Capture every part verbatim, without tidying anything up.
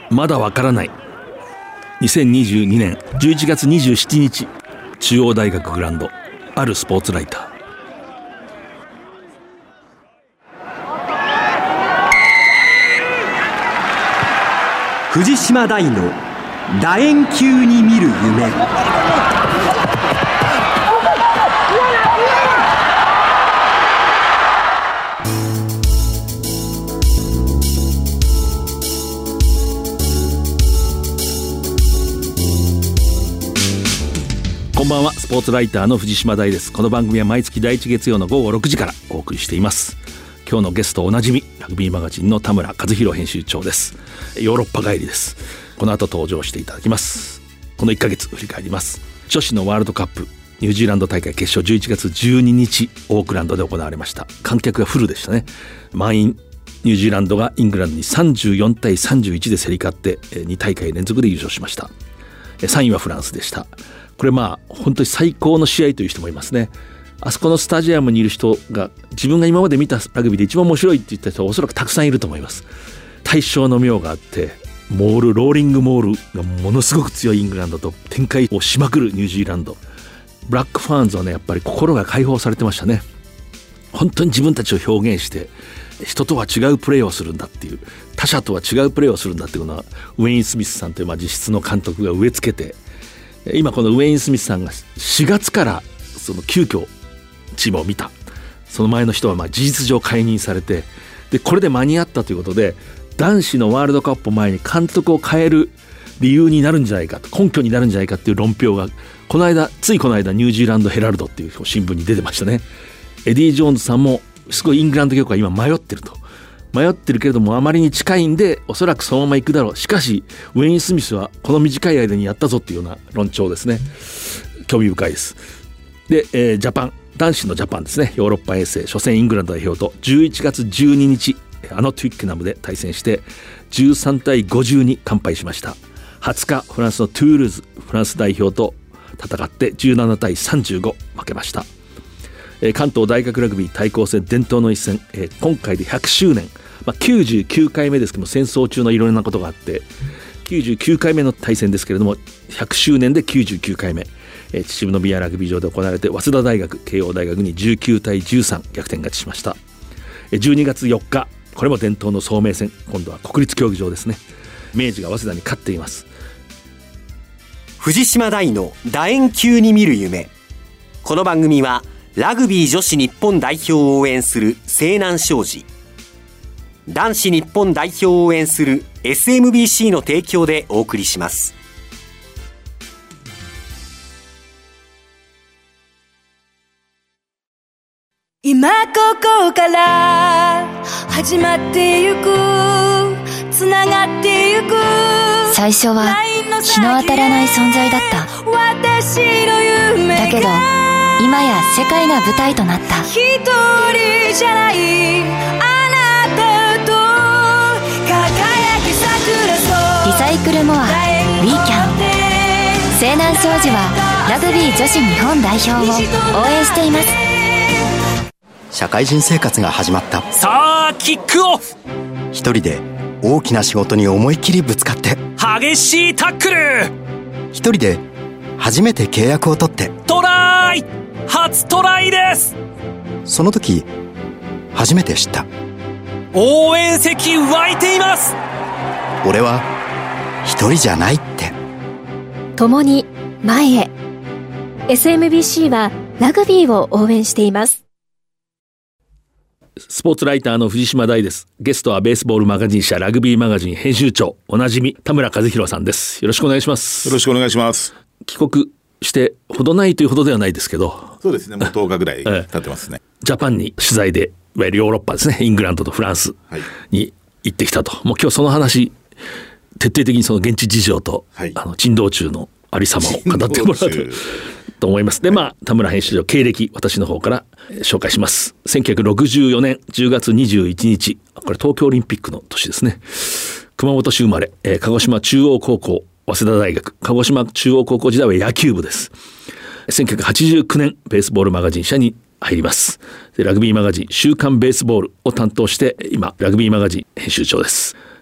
まだわからない。にせんにじゅうにねんじゅういちがつにじゅうしちにち、中央大学グラウンド、あるスポーツライター。 藤島大の楕円球に見る夢。 こんばんは、スポーツライターの藤島大です。この番組は毎月だいいち月曜のごごろくじからお送りしています。今日のゲストおなじみ、ラグビーマガジンの田村和弘編集長です。ヨーロッパ帰りです。この後登場していただきます。このいっかげつ振り返ります。女子のワールドカップニュージーランド大会決勝、じゅういちがつじゅうににちオークランドで行われました。観客がフルでしたね。満員。ニュージーランドがイングランドにさんじゅうよんたいさんじゅういちで競り勝ってに大会連続で優勝しました。さんいはフランスでした。これまあ本当に最高の試合という人もいますね。あそこのスタジアムにいる人が、自分が今まで見たラグビーで一番面白いって言った人はおそらくたくさんいると思います。大正の妙があって、モールローリングモールがものすごく強いイングランドと展開をしまくるニュージーランド。ブラックファンズはね、やっぱり心が解放されてましたね。本当に自分たちを表現して人とは違うプレーをするんだっていう、他者とは違うプレーをするんだっていうのはウェイン・スミスさんというまあ実質の監督が植え付けて、今このウェイン・スミスさんがしがつからその急遽チームを見た。その前の人はまあ事実上解任されて、でこれで間に合ったということで、男子のワールドカップ前に監督を変える理由になるんじゃないかと、根拠になるんじゃないかっていう論評がこの間、ついこの間ニュージーランドヘラルドっていう新聞に出てましたね。エディ・ジョーンズさんもすごいイングランド協会今迷ってると迷ってるけれども、あまりに近いんでおそらくそのまま行くだろう。しかしウェイン・スミスはこの短い間にやったぞっていうような論調ですね。興味深いです。で、えー、ジャパン、男子のジャパンですね。ヨーロッパ遠征初戦イングランド代表とじゅういちがつじゅうににちあのトゥイッケナムで対戦してじゅうさんたいごじゅうに完敗しました。はつかフランスのトゥールーズ、フランス代表と戦ってじゅうななたいさんじゅうご負けました。えー、関東大学ラグビー対抗戦伝統の一戦、えー、今回でひゃくしゅうねん、まあ、きゅうじゅうきゅうかいめですけども、戦争中のいろんなことがあってきゅうじゅうきゅうかいめの対戦ですけれども、ひゃくしゅうねんできゅうじゅうきゅうかいめ、えー、秩父宮ラグビー場で行われて早稲田大学慶応大学にじゅうきゅうたいじゅうさん逆転勝ちしました。えー、じゅうにがつよっか、これも伝統の早明戦、今度は国立競技場ですね。明治が早稲田に勝っています。 藤島大の楕円球に見る夢。この番組はラグビー女子日本代表を応援する西南商事、男子日本代表を応援する エスエムビーシー の提供でお送りします。 今ここから始まってゆく、つながってゆく。 最初は日の当たらない存在だった。 私の夢がだけど今や世界が舞台となった。 一人じゃないあなたと輝き桜そう。 リサイクルモア We Can。 西南商事はラグビー女子日本代表を応援しています。 社会人生活が始まった。 さあキックオフ。 一人で大きな仕事に思いっきりぶつかって、 激しいタックル。 一人で初めて契約を取って、 トライ。初トライです。 その時初めて知った。 応援席湧いています。 俺は一人じゃないって。 共に前へ。 エスエムビーシー はラグビーを応援しています。 スポーツライターの藤島大です。ゲストはベースボールマガジン社ラグビーマガジン編集長おなじみ田村和弘さんです。よろしくお願いします。 よろしくお願いします。 帰国してほどないというほどではないですけど、 そうですね、もうとおかぐらい経ってますね。 ジャパンに取材で、いわゆるヨーロッパですね、イングランドとフランスに行ってきたと、はい、もう今日その話徹底的にその現地事情と、はい、あの珍道中のありさまを語ってもらうと思います。で、まあ田村編集長経歴、私の方から紹介します。せんきゅうひゃくろくじゅうよねんじゅうがつにじゅういちにち、これ東京オリンピックの年ですね。熊本市生まれ、えー、鹿児島中央高校、早稲田大学、鹿児島中央高校時代は野球部です。せんきゅうひゃくはちじゅうきゅうねんベースボールマガジン社に入ります。でラグビーマガジン週刊ベースボールを担当して、今ラグビーマガジン編集長です。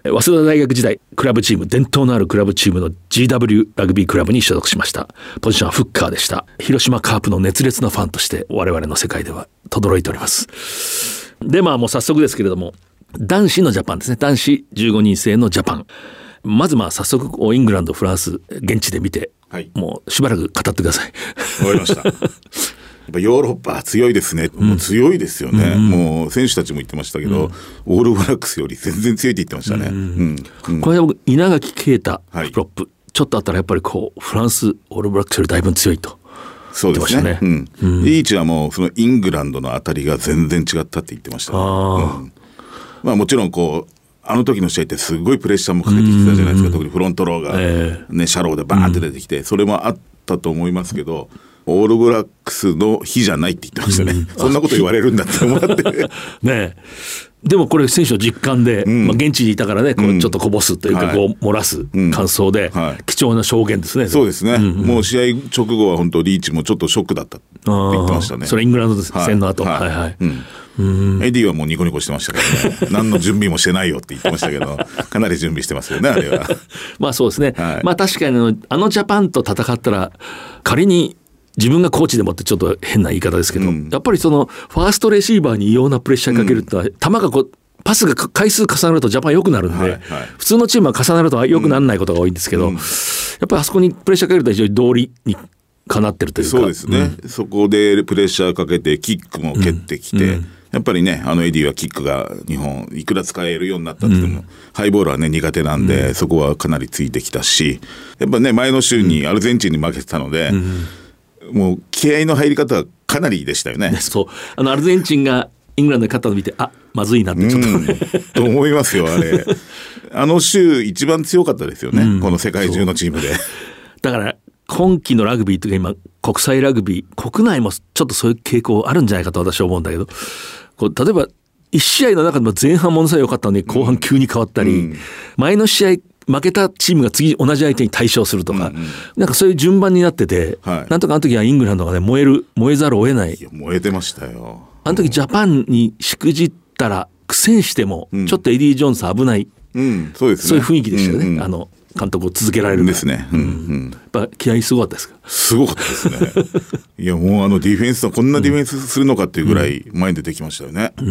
早稲田大学時代クラブチーム伝統のあるクラブチームの ジーダブリュー ラグビークラブに所属しました。ポジションはフッカーでした。広島カープの熱烈なファンとして我々の世界では轟いております。でまあもう早速ですけれども、男子のジャパンですね。男子じゅうごにん制のジャパン、まずまあ早速イングランドフランス現地で見て、はい、もうしばらく語ってください。 わかりましたやっぱヨーロッパ強いですね、うん、もう強いですよね、うん、もう選手たちも言ってましたけど、うん、オールブラックスより全然強いって言ってましたね、うんうんうん、これは僕稲垣啓太プロップ、はい、ちょっとあったらやっぱりこうフランスオールブラックスよりだいぶ強いと。 そうですね、うんうん、リーチはもうそのイングランドの当たりが全然違ったって言ってました、ね、あ、うん、まあ、もちろんこうあの時の試合ってすごいプレッシャーもかけてきてたじゃないですか、特にフロントローが、ね、えー、シャローでバーンって出てきて、それもあったと思いますけど、オールブラックスの日じゃないって言ってましたね、うん、そんなこと言われるんだって思ってねえ、でもこれ選手の実感で、うん、まあ、現地にいたからね、こうちょっとこぼすというか、こう漏らす感想で、うん、はい、貴重な証言ですね。 そうですね、うんうん、もう試合直後は本当リーチもちょっとショックだったって言ってましたね。 それイングランド戦の後、はいはいはい、うん、 うん、エディはもうニコニコしてましたけどね何の準備もしてないよって言ってましたけどかなり準備してますよね、あれはまあそうですね、はい、まあ確かにあのジャパンと戦ったら仮に自分がコーチでもってちょっと変な言い方ですけど、うん、やっぱりそのファーストレシーバーに異様なプレッシャーかけるってのは、うん、球がこうパスが回数重なるとジャパン良くなるんで、はいはい、普通のチームは重なると良くならないことが多いんですけど、うん、やっぱりあそこにプレッシャーかけると非常に道理にかなってるというか。 そうですね、うん、そこでプレッシャーかけてキックも蹴ってきて、うんうん、やっぱりね、あのエディはキックが日本いくら使えるようになったって言っても、うん、ハイボールはね苦手なんで、うん、そこはかなりついてきたし、やっぱね前の週にアルゼンチンに負けてたので、うん、もう気合の入り方はかなりでしたよね。 そう、あのアルゼンチンがイングランドで勝ったのを見て、あ、まずいなってちょっと、ね、 うん、と思いますよあれあの週一番強かったですよね、うん、この世界中のチームで。 だから今季のラグビーというか今国際ラグビー国内もちょっとそういう傾向あるんじゃないかと私は思うんだけど、こう例えばいち試合の中でも前半ものすごい良かったのに後半急に変わったり、うん、前の試合負けたチームが次同じ相手に対勝するとか、うんうん、なんかそういう順番になってて、はい、なんとかあの時はイングランドがね燃える燃えざるを得ない。いや燃えてましたよ。 あの時ジャパンにしくじったら苦戦してもちょっとエディ・ジョーンズ危ない、 うん、そうですね、 そういう雰囲気でしたよね、うんうん、あの監督を続けられるですね、うんうん、 やっぱ気合いすごかったですか。 すごかったですねいやもうあのディフェンスはこんなディフェンスするのかっていうぐらい前に出てきましたよね、うんうん、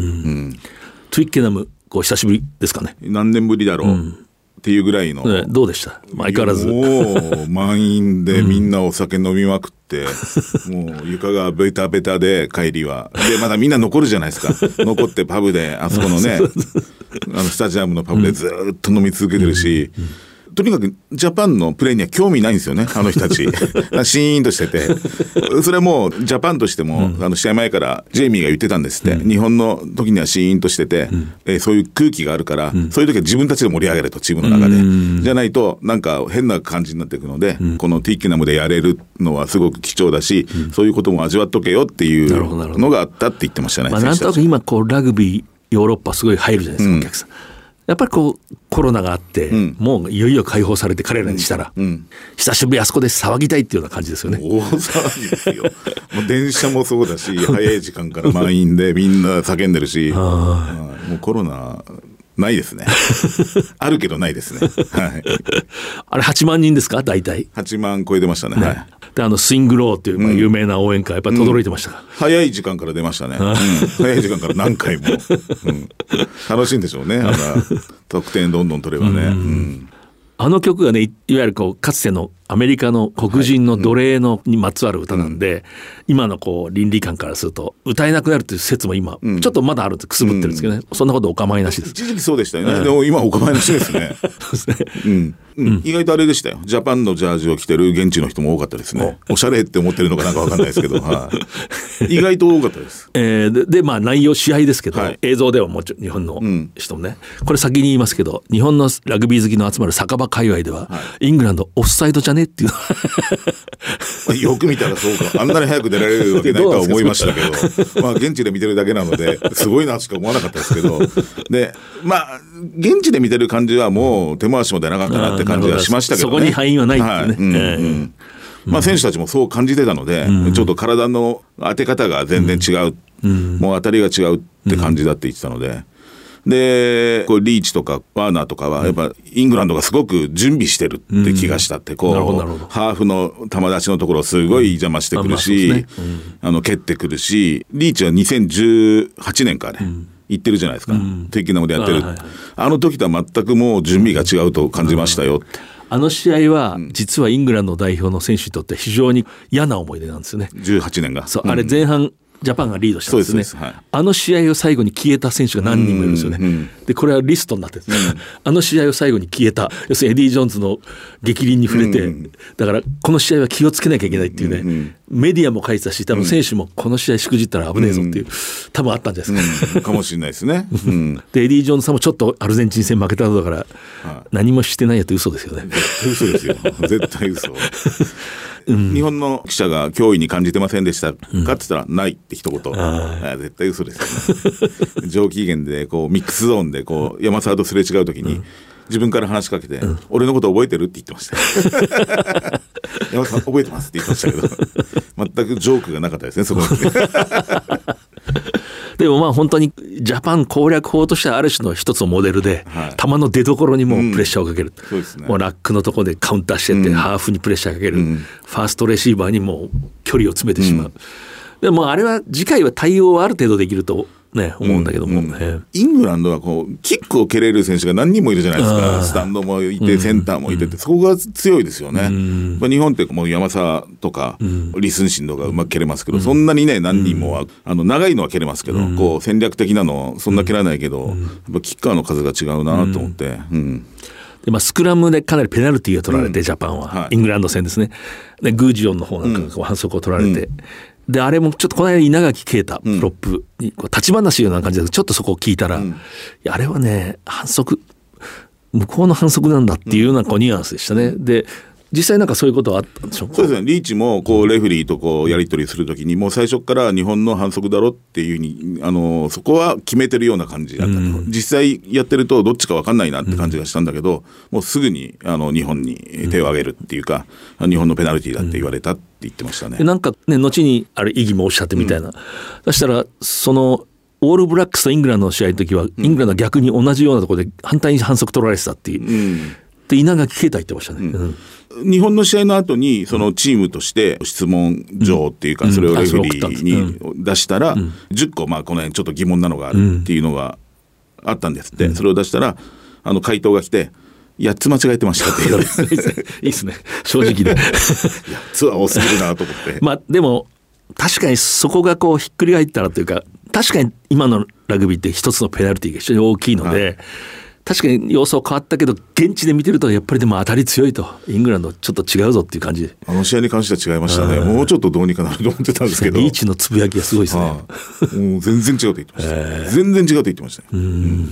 トゥイッケナムこう久しぶりですかね。 何年ぶりだろう、うん、っていうぐらいの、 ね、どうでした。相変わらずもう満員でみんなお酒飲みまくって、うん、もう床がベタベタで帰りはでまだみんな残るじゃないですか残ってパブであそこのねあのスタジアムのパブでずっと飲み続けてるし、うんうんうん、とにかくジャパンのプレーには興味ないんですよねあの人たちシーンとしてて、それはもうジャパンとしても、うん、あの試合前からジェイミーが言ってたんですって、うん、日本の時にはシーンとしてて、うん、えー、そういう空気があるから、うん、そういう時は自分たちで盛り上げるとチームの中で、うん、じゃないとなんか変な感じになっていくので、うん、このティッキナムでやれるのはすごく貴重だし、うん、そういうことも味わっとけよっていうのがあったって言ってましたね。 まあ、なんとなく今こうラグビーヨーロッパすごい入るじゃないですか、うん、お客さんやっぱりこうコロナがあって、うん、もういよいよ解放されて彼らにしたら、うんうん、久しぶりあそこで騒ぎたいっていうような感じですよね。 大騒ぎですよもう電車もそうだし早い時間から満員でみんな叫んでるしもうコロナないですねあるけどないですね、はい、 あれはちまんにんですか大体。 はちまん超えてましたね、はい、 であのスイングローっていうまあ有名な応援歌、うん、やっぱり轟いてましたか、うん、 早い時間から出ましたね、うん、早い時間から何回も、うん、楽しいんでしょうねあの得点どんどん取ればね、うんうん、 あの曲がねいわゆるこうかつてのアメリカの黒人の奴隷のにまつわる歌なんで、はい、うん、今のこう倫理観からすると歌えなくなるという説も今、うん、ちょっとまだあるってくすぶってるんですけどね、うん、そんなことお構いなしです。 一時期そうでしたよね、うん、でも今お構いなしですねそうですね、うんうん、意外とあれでしたよ。ジャパンのジャージを着てる現地の人も多かったですね。おしゃれって思ってるのかなんか分かんないですけど、はい、意外と多かったです、 えー、で, でまあ内容試合ですけど、はい、映像ではもうちょ日本の人もね、うん、これ先に言いますけど日本のラグビー好きの集まる酒場界隈では、はい、イングランドオフサイドじゃねっていうよく見たらそうか、あんなに早く出られるわけないとは思いましたけどまあ現地で見てるだけなのですごいなしか思わなかったですけどでまあ現地で見てる感じはもう手回しも出なかったなって感じはしましたけどね。 そこに敗因はないってね、はい、うんうんうん、まあ、選手たちもそう感じてたので、うん、ちょっと体の当て方が全然違う、うん、もう当たりが違うって感じだって言ってたので、 でこうリーチとかワーナーとかはやっぱイングランドがすごく準備してるって気がしたって、こうハーフの球出しのところをすごい邪魔してくるし、あの蹴ってくるし、リーチはにせんじゅうはちねんからね、うん言ってるじゃないですか、うん、敵なのでやってる、あ、はいはい、あの時とは全くもう準備が違うと感じましたよって、 あの試合は実はイングランド代表の選手にとって非常に嫌な思い出なんですよね。 じゅうはちねんがそう、うん、あれ前半ジャパンがリードしたんですね。そうです、はい、あの試合を最後に消えた選手が何人もいるんですよね、うんうん、でこれはリストになってるんです、うん、あの試合を最後に消えた、要するにエディ・ジョーンズの逆鱗に触れて、うん、だからこの試合は気をつけなきゃいけないっていうね、うん、メディアも書いてたし、多分選手もこの試合しくじったら危ねえぞっていう、うん、多分あったんじゃないですか、 うん、かもしれないですね、うん、 でエディ・ジョーンズさんもちょっとアルゼンチン戦負けたのだから、はい、何もしてないやって嘘ですよね。 嘘ですよ絶対嘘うん、日本の記者が脅威に感じてませんでしたかって言ったら、ないって一言、あ絶対嘘ですよね上機嫌でこうミックスゾーンでこう山沢とすれ違う時に、うん、自分から話しかけて、うん、俺のこと覚えてるって言ってました山沢覚えてますって言ってましたけど全くジョークがなかったですねそこにでもまあ本当にジャパン攻略法としてはある種の一つのモデルで、はい、球の出所にもプレッシャーをかける、うん、そうですね、もうラックのところでカウンターしてって、うん、ハーフにプレッシャーかける、うん、ファーストレシーバーにも距離を詰めてしまう、うん、でもあれは次回は対応はある程度できるとね、思うんだけども、うんうん、 イングランドはこうキックを蹴れる選手が何人もいるじゃないですか。スタンドもいてセンターもいてって、うん、そこが強いですよね、うん、日本ってもう山沢とか、うん、リスンシンとかうまく蹴れますけど、うん、そんなにね何人もは、うん、あの長いのは蹴れますけど、うん、こう戦略的なのそんな蹴らないけど、うん、やっぱキッカーの数が違うなと思って、うんうんでまあ、スクラムでかなりペナルティーが取られて、うん、ジャパンは、はい、イングランド戦ですね。でグージオンの方なんかこう反則を取られて、うん、であれもちょっとこの間稲垣啓太プロップにこう立ち話ような感じでちょっとそこを聞いたら、うん、いやあれはね反則向こうの反則なんだっていうようなこうニュアンスでしたね。で実際なんかそういうことはあったんでしょうか。 そうですね、リーチもこうレフェリーとこうやり取りするときにもう最初から日本の反則だろっていうふうにあのそこは決めてるような感じだったと、うん、実際やってるとどっちか分かんないなって感じがしたんだけど、うん、もうすぐにあの日本に手を挙げるっていうか、うん、日本のペナルティーだって言われたって言ってましたね。 でなんかね後にあれ異議もおっしゃってみたいな、うん、そしたらそのオールブラックスとイングランドの試合の時は、うん、イングランドは逆に同じようなところで反対に反則取られてたっていう、うん、で稲垣啓太言ってましたね、うんうん、日本の試合の後にそのチームとして質問状っていうか、それをレフェリーに出したらじゅっこまあこの辺ちょっと疑問なのがあるっていうのがあったんですって。それを出したらあの回答が来てやっつ間違えてましたって言われていいですね正直でやっつは多すぎるなと思ってまあでも確かにそこがこうひっくり返ったらというか、確かに今のラグビーって一つのペナルティーが非常に大きいので、はい、確かに様相変わったけど現地で見てるとやっぱりでも当たり強いと、イングランドちょっと違うぞっていう感じで、 あの試合に関しては違いましたね。もうちょっとどうにかなると思ってたんですけどリーチのつぶやきがすごいですね。 もう全然違うと言ってました、えー、全然違うと言ってましたね。うん、うん、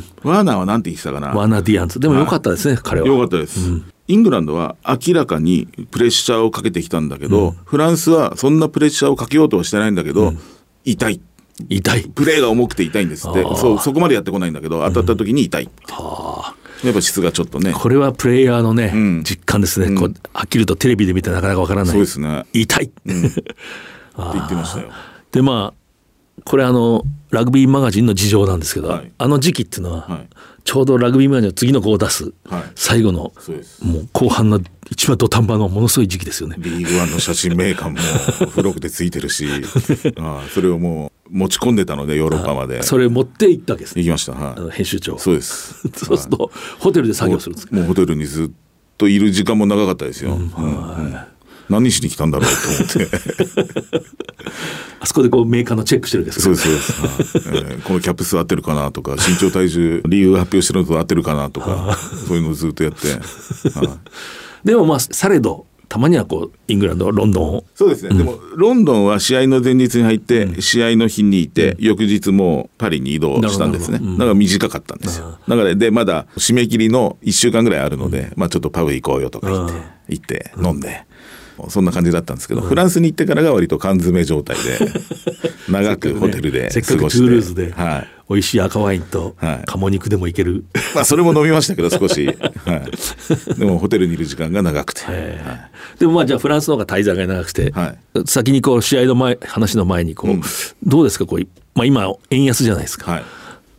ワーナーはなんて言ってたかな。 ワーナー・ディアンズでも良かったですね、彼は。 良かったです、うん、イングランドは明らかにプレッシャーをかけてきたんだけど、うん、フランスはそんなプレッシャーをかけようとはしてないんだけど、うん、痛い痛いプレーが重くて痛いんですって。そうそこまでやってこないんだけど当たった時に痛い、うん、はやっぱ質がちょっとね、 これはプレイヤーのね、うん、実感ですね、うん、こうはっきりとテレビで見てなかなかわからない。 そうですね、 痛い、うん、って言ってましたよ。 でまあこれあのラグビーマガジンの事情なんですけど、はい、あの時期っていうのは、はい、ちょうどラグビーマガジンの次の号を出す、はい、最後のもう後半の一番土壇場のものすごい時期ですよね。 リーグワンの写真メーカーも付録でついてるしああそれをもう持ち込んでたのでヨーロッパまでそれを持って行ったわけですね。 行きました、はい、 あの編集長。 そうですそうすると、はい、ホテルで作業するんですか。 もうホテルにずっといる時間も長かったですよ、うんうんうん、何しに来たんだろうと思ってあそこでこうメーカーのチェックしてるんですか。 そうですそうです、はいえー、このキャップ数合ってるかなとか身長体重理由発表してるのと合ってるかなとかそういうのをずっとやって、はい、 でもまあされどたまにはこうイングランドロンドンをそうですね、うん、でもロンドンは試合の前日に入って、うん、試合の日にいて、うん、翌日もパリに移動したんですね、うん、だから短かったんですよ。だからでまだ締め切りのいっしゅうかんぐらいあるので、うんまあ、ちょっとパブ行こうよとか言って行って飲んで、うん、そんな感じだったんですけど、うん、フランスに行ってからが割と缶詰状態で長くホテルで過ごしてせっかくトゥールーズで、はい、美味しい赤ワインと鴨肉でもいける、 はい、まあそれも飲みましたけど少し、はい、でもホテルにいる時間が長くて、はい、 でもまあじゃあフランスの方が滞在が長くて、はい、先にこう試合の前話の前にこう、うん、どうですかこう、まあ、今円安じゃないですか、はい、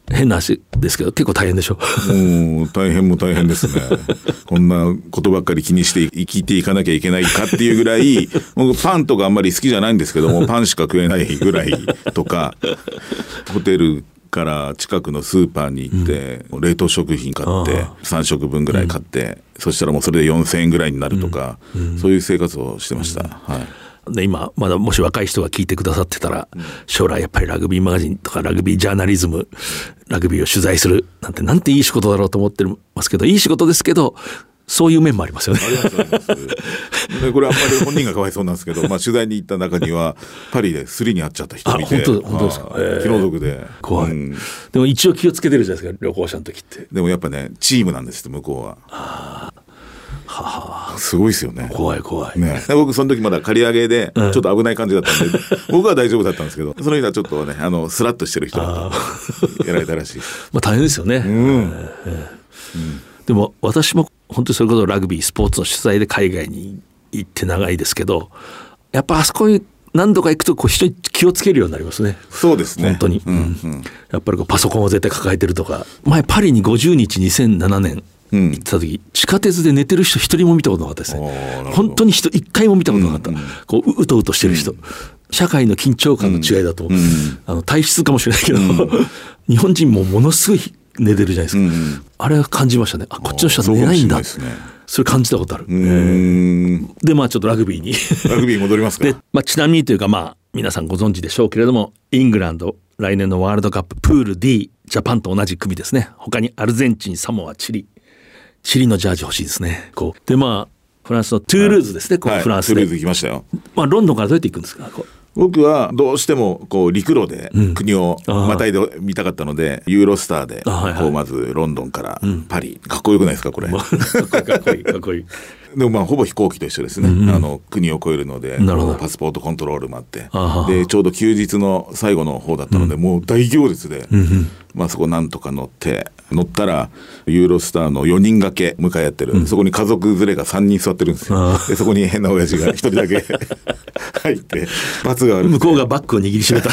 変な話ですけど結構大変でしょ。 もう大変も大変ですね。こんなことばっかり気にして生きていかなきゃいけないかっていうぐらい、僕パンとかあんまり好きじゃないんですけども、パンしか食えないぐらいとか、ホテルから近くのスーパーに行って、うん、冷凍食品買ってさん食分ぐらい買って、うん、そしたらもうそれでよんせんえんぐらいになるとか、うんうん、そういう生活をしてました、うんはい、 で今まだもし若い人が聞いてくださってたら、うん、将来やっぱりラグビーマガジンとかラグビージャーナリズム、ラグビーを取材するなんてなんていい仕事だろうと思ってますけど、いい仕事ですけどそういう面もありますよね。 ありますありますでこれあんまり本人がかわいそうなんですけど、まあ、取材に行った中にはパリでスリに遭っちゃった人がいて、 あ本当本当ですか、えー、 気の毒で怖い、うん、でも一応気をつけてるじゃないですか旅行者の時って。 でもやっぱねチームなんです向こうは。 はあはあ、 すごいですよね。 怖い怖い、 ね、僕その時まだ借り上げでちょっと危ない感じだったんで、うん、僕は大丈夫だったんですけど、その人はちょっとねあのスラッとしてる人だったやられたらしい。 まあ大変ですよね、うんうんうん、でも私も本当にそれこそラグビースポーツの取材で海外に行って長いですけど、やっぱあそこに何度か行くとこう人に気をつけるようになりますね。 そうですね本当に、 うんうん、 やっぱりこうパソコンを絶対抱えてるとか。前パリにごじゅうにちにせんななねん行った時、うん、地下鉄で寝てる人一人も見たことなかったですね。本当に人一回も見たことなかった、うんうん、こううとうとしてる人、うん、社会の緊張感の違いだと、うん、あの体質かもしれないけど、うん、日本人もものすごい寝てるじゃないですか、うん、あれは感じましたね。あこっちの人は寝ないんだ、それ感じたことある。うーんでまあちょっとラグビーにラグビー戻りますか。 で、まあ、ちなみにというかまあ皆さんご存知でしょうけれども、イングランド来年のワールドカッププール D ジャパンと同じ組ですね。他にアルゼンチン、サモア、チリ、チリのジャージ欲しいですね。こうでまあフランスのトゥールーズですね、はい、こうフランスで、 はい、トゥールーズ行きましたよ。 まあ、ロンドンからどうやって行くんですか。こう僕はどうしてもこう陸路で国をまたいで見たかったので、うん、ユーロスターでこうまずロンドンからパリ、うん、かっこよくないですかこれ。かっこいいかっこいい。 でもまあほぼ飛行機と一緒ですね、うんうん、あの国を越えるのでパスポートコントロールもあって、でちょうど休日の最後の方だったので、うん、もう大行列で、うんうんまあ、そこなんとか乗って乗ったらユーロスターのよにん掛け向かい合ってる、うん、そこに家族連れがさんにん座ってるんですよ。でそこに変な親父がひとりだけ入って罰がある。 向こうがバッグを握りしめた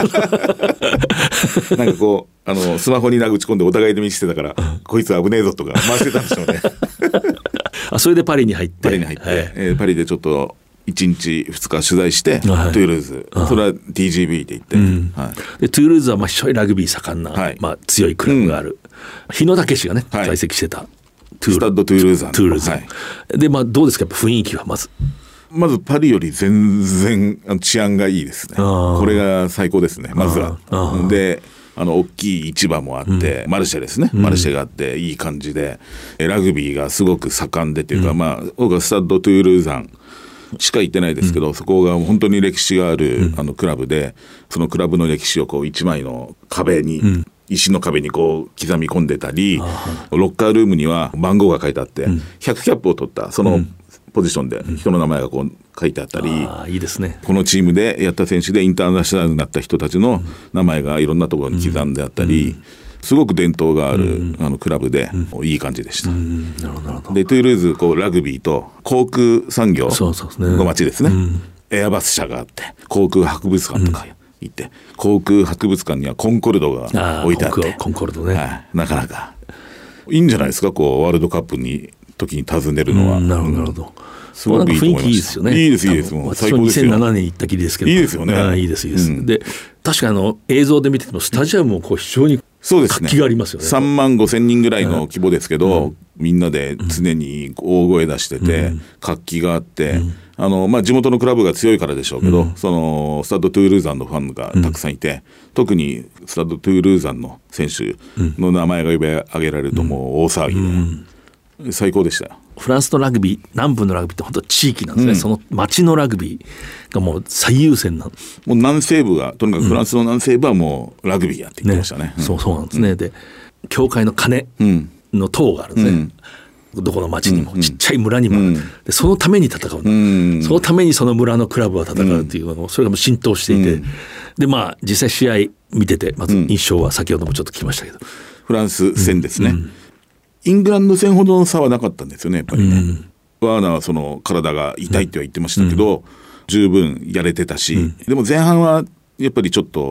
なんかこうあのスマホに打ち込んでお互いで見せてたから、うん、こいつ危ねえぞとか回してたんでしょうねあそれでパリに入ってパリに入って、はいえー、パリでちょっといちにちふつか取材して、はい、トゥールーズそれは ティージービー で行って、うんはい、でトゥールーズはまあ非常にラグビー盛んな、はいまあ、強いクラブがある、うん、日野武がね、はい、在籍してたトゥールスタッドトゥールーズ、 トゥールーズ、はい、でまあどうですかやっぱ雰囲気はまずまずパリより全然治安がいいですね。これが最高ですねまずは。であの大きい市場もあって、うん、マルシェですね、うん、マルシェがあっていい感じでラグビーがすごく盛んでっていうか、うん、まあ僕はスタッドトゥールーザンしか行ってないですけど、うん、そこが本当に歴史がある、うん、あのクラブでそのクラブの歴史をこう一枚の壁に、うん、石の壁にこう刻み込んでたり、ロッカールームには番号が書いてあって、うん、ひゃくキャップを取ったそのポジションで人の名前がこう書いてあったり、うん、 あいいですね。 このチームでやった選手でインターナショナルになった人たちの名前がいろんなところに刻んであったり、うん、すごく伝統がある、うん、あのクラブで、うん、いい感じでした、うん、なるほどなるほど。でトゥールーズこうラグビーと航空産業の街ですね、うん、エアバス社があって航空博物館とか行って、うん、航空博物館にはコンコルドが置いてあってコンコルドね、はい、 なかなかいいんじゃないですかこうワールドカップに時に訪ねるのは、 うん、なるほどなるほど、 すごくいいと思いました。 雰囲気いいですよね。 いいですいいです。もう最高ですよ。 私もにせんななねん行ったきりですけど。 いいですよね。 あいいですいいです。うん、で確かにあの映像で見ててもスタジアムもこう非常に活気がありますよね。 さんまんごせんにんぐらいの規模ですけど、うん、みんなで常に大声出してて、うん、活気があって、うん、あのまあ地元のクラブが強いからでしょうけど、うん、そのスタッドトゥールーザンのファンがたくさんいて、うん、特にスタッドトゥールーザンの選手の名前が呼び上げられるともう大騒ぎで、うんうん、最高でした。 フランスのラグビー南部のラグビーって本当地域なんですね、うん、その町のラグビーがもう最優先な、もう南西部がとにかくフランスの南西部はもうラグビーやって言ってましたね、 ね、うん、そうそうなんですね、うん、で教会の鐘の塔があるんですね、うん、どこの町にも、うん、ちっちゃい村にもある、うん、でそのために戦う、うん、そのためにその村のクラブは戦うっていうのが、うん、それがもう浸透していて、うん、でまあ実際試合見ててまず印象は先ほどもちょっと聞きましたけど、 フランス戦ですね、うんうん、イングランド戦ほどの差はなかったんですよねやっぱりね、うん、ワーナーはその体が痛いっては言ってましたけど、うん、十分やれてたし、うん、でも前半はやっぱりちょっと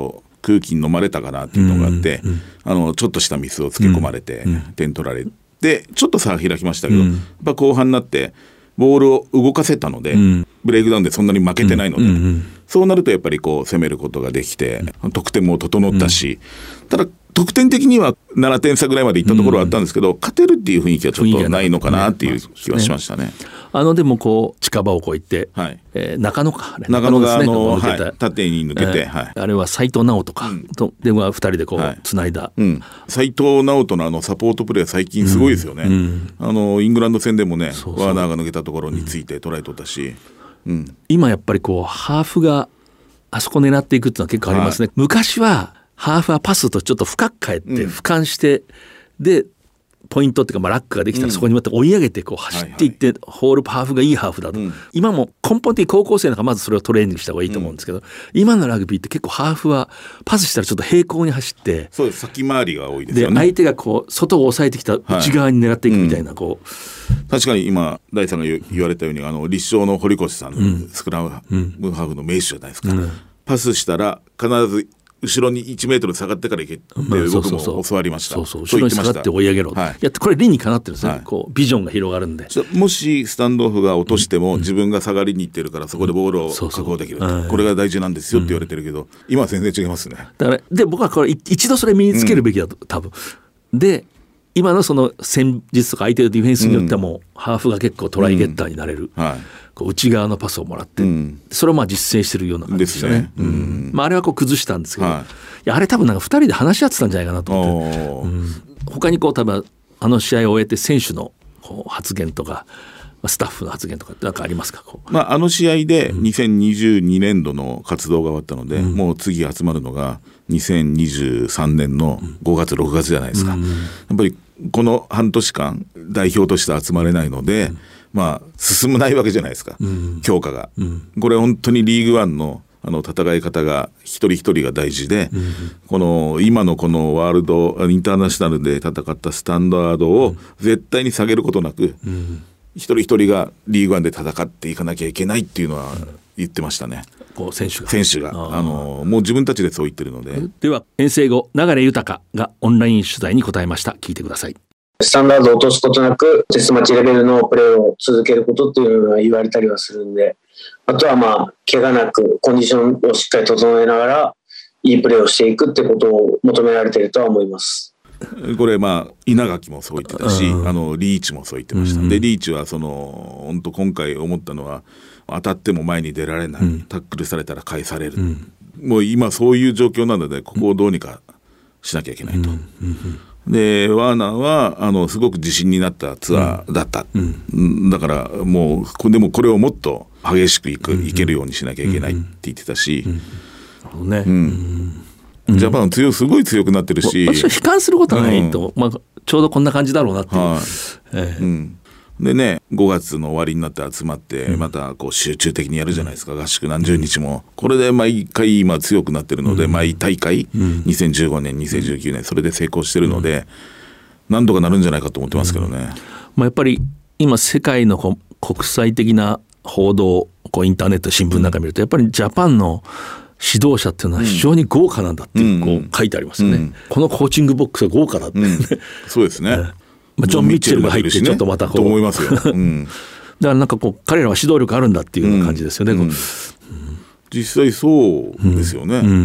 空気に飲まれたかなっていうのがあって、うんうん、あのちょっとしたミスをつけ込まれて、うんうん、点取られてちょっと差開きましたけど、うん、やっぱ後半になってボールを動かせたので、うん、ブレイクダウンでそんなに負けてないので、うんうんうん、そうなるとやっぱりこう攻めることができて、うん、得点も整ったし、うん、ただ得点的にはななてん差ぐらいまでいったところはあったんですけど、うん、勝てるっていう雰囲気はちょっとないのかなっていう気はしましたね。 あのでもこう近場をこう行って、はいえー、中野か中野があの、はい、縦に抜けて、えーはい、 あれは斉藤直人か、うん、とではふたりでこうつないだ、 うん、斉藤直人のあのサポートプレー最近すごいですよね、うんうん、あのイングランド戦でもねそうそうワーナーが抜けたところについてトライ取ったし、うんうん、 今やっぱりこうハーフがあそこ狙っていくっていうのは結構ありますね、はい、昔はハーフはパスとちょっと深く返って俯瞰して、うん、でポイントっていうかまあラックができたらそこにまた追い上げてこう走っていって、ホールハーフがいいハーフだと、うん、今も根本的に高校生なんかまずそれをトレーニングした方がいいと思うんですけど、うん、今のラグビーって結構ハーフはパスしたらちょっと平行に走ってそうです先回りが多いですよね。 で相手がこう外を抑えてきた内側に狙っていくみたいなこう、 はいうん、確かに今大さんが言われたようにあの立正の堀越さんのスクラムハーフの名手じゃないですか、うんうん、パスしたら必ず後ろにいちメートル下がってから行けって僕も教わりました。 そうそう後ろに下がって追い上げろ、はい、いやこれ理にかなってるんですね、はい、こうビジョンが広がるんでもしスタンドオフが落としても、うん、自分が下がりに行ってるからそこでボールを確保できる、うん、そうそうこれが大事なんですよって言われてるけど、うん、今は全然違いますね。 だからで僕はこれ一度それ身につけるべきだと、うん、多分で今のその戦術とか相手のディフェンスによってはもう、うん、ハーフが結構トライゲッターになれる、うんはい、こう内側のパスをもらって、うん、それをまあ実践してるような感じですよね。ですね、うんまあ、あれはこう崩したんですけど、はい、いやあれ多分なんかふたりで話し合ってたんじゃないかなと思って、うん、他にこう多分あの試合を終えて選手のこう発言とかスタッフの発言とかって何かありますか。こう、 まあ、あの試合でにせんにじゅうにねんどの活動が終わったので、うん、もう次集まるのがにせんにじゅうさんねんのごがつろくがつじゃないですか、うん、やっぱりこの半年間代表として集まれないので、うんまあ、進まないわけじゃないですか、うん、強化が、うん、これ本当にリーグワンのあの戦い方が一人一人が大事で、うん、この今のこのワールドインターナショナルで戦ったスタンダードを絶対に下げることなく、うん、一人一人がリーグワンで戦っていかなきゃいけないっていうのは言ってましたね。 こう選手が選手があのもう自分たちでそう言ってるので。 では遠征後流豊がオンライン取材に答えました。聞いてください。 スタンダードを落とすことなくテストマッチレベルのプレーを続けることっていうのは言われたりはするんで、あとはまあ怪我なくコンディションをしっかり整えながらいいプレーをしていくってことを求められているとは思います。 これまあ稲垣もそう言ってたし、あのリーチもそう言ってました、うん、でリーチはその本当今回思ったのは当たっても前に出られない、うん、タックルされたら返される、うん、もう今そういう状況なのでここをどうにかしなきゃいけないと、うんうんうん、でワーナーはあのすごく自信になったツアーだった、うんうん、だからもうでもこれをもっと激しくいく、うん、いけるようにしなきゃいけないって言ってたし、うんうんねうんうん、ジャパン強すごい強くなってるし、 私は悲観することはないと、うんまあ、ちょうどこんな感じだろうなっていう、はいえーうんでね、ごがつの終わりになって集まってまたこう集中的にやるじゃないですか、合宿何十日も。これで毎回今強くなってるので、毎大会にせんじゅうごねんにせんじゅうきゅうねんそれで成功してるので何とかなるんじゃないかと思ってますけどね、 まあ、やっぱり今世界のこう国際的な報道こうインターネット新聞なんか見るとやっぱりジャパンの指導者っていうのは非常に豪華なんだっていう、こう書いてありますよね、うんうん、このコーチングボックスは豪華だって、うん、 そうですねまあ、ジョン・ミッチェルが入ってちょっとまたこう、 と思いますよ、うん、 だからなんかこう彼らは指導力あるんだっていうような感じですよね、うんうん、 実際そうですよね、うんうん、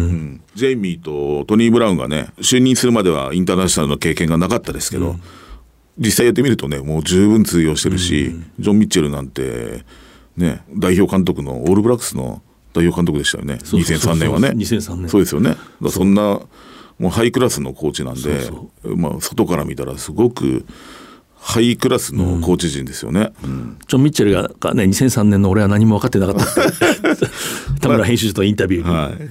ジェイミーとトニー・ブラウンがね就任するまではインターナショナルの経験がなかったですけど、うん、実際やってみるとねもう十分通用してるし、うん、ジョン・ミッチェルなんてね代表監督のオールブラックスの代表監督でしたよね。にせんさんねんはね。 にせんさんねんそうですよね。だそんなもうハイクラスのコーチなんで、そうそう、まあ、外から見たらすごくハイクラスのコーチ陣ですよね、うんうん、 ジョン・ミッチェルが、ね、にせんさんねんの俺は何も分かってなかったって田村編集長とインタビューに、はい、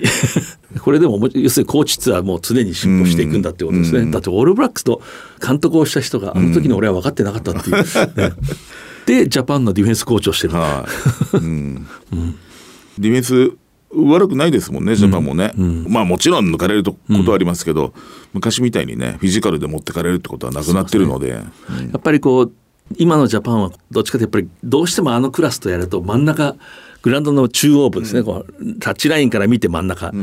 これでも要するにコーチツアーもう常に進歩していくんだってことですね、うん、だってオールブラックスと監督をした人があの時の俺は分かってなかったっていう、ね、でジャパンのディフェンスコーチをしてる、はいうんうん、ディフェンス悪くないですもんねジャパンもね、うんうん、まあもちろん抜かれることはありますけど、うん、昔みたいにねフィジカルで持ってかれるってことはなくなってるの で, で、ねうん、やっぱりこう今のジャパンはどっちかというとやっぱりどうしてもあのクラスとやると真ん中グラウンドの中央部ですね、うん、こうタッチラインから見て真ん中、うん、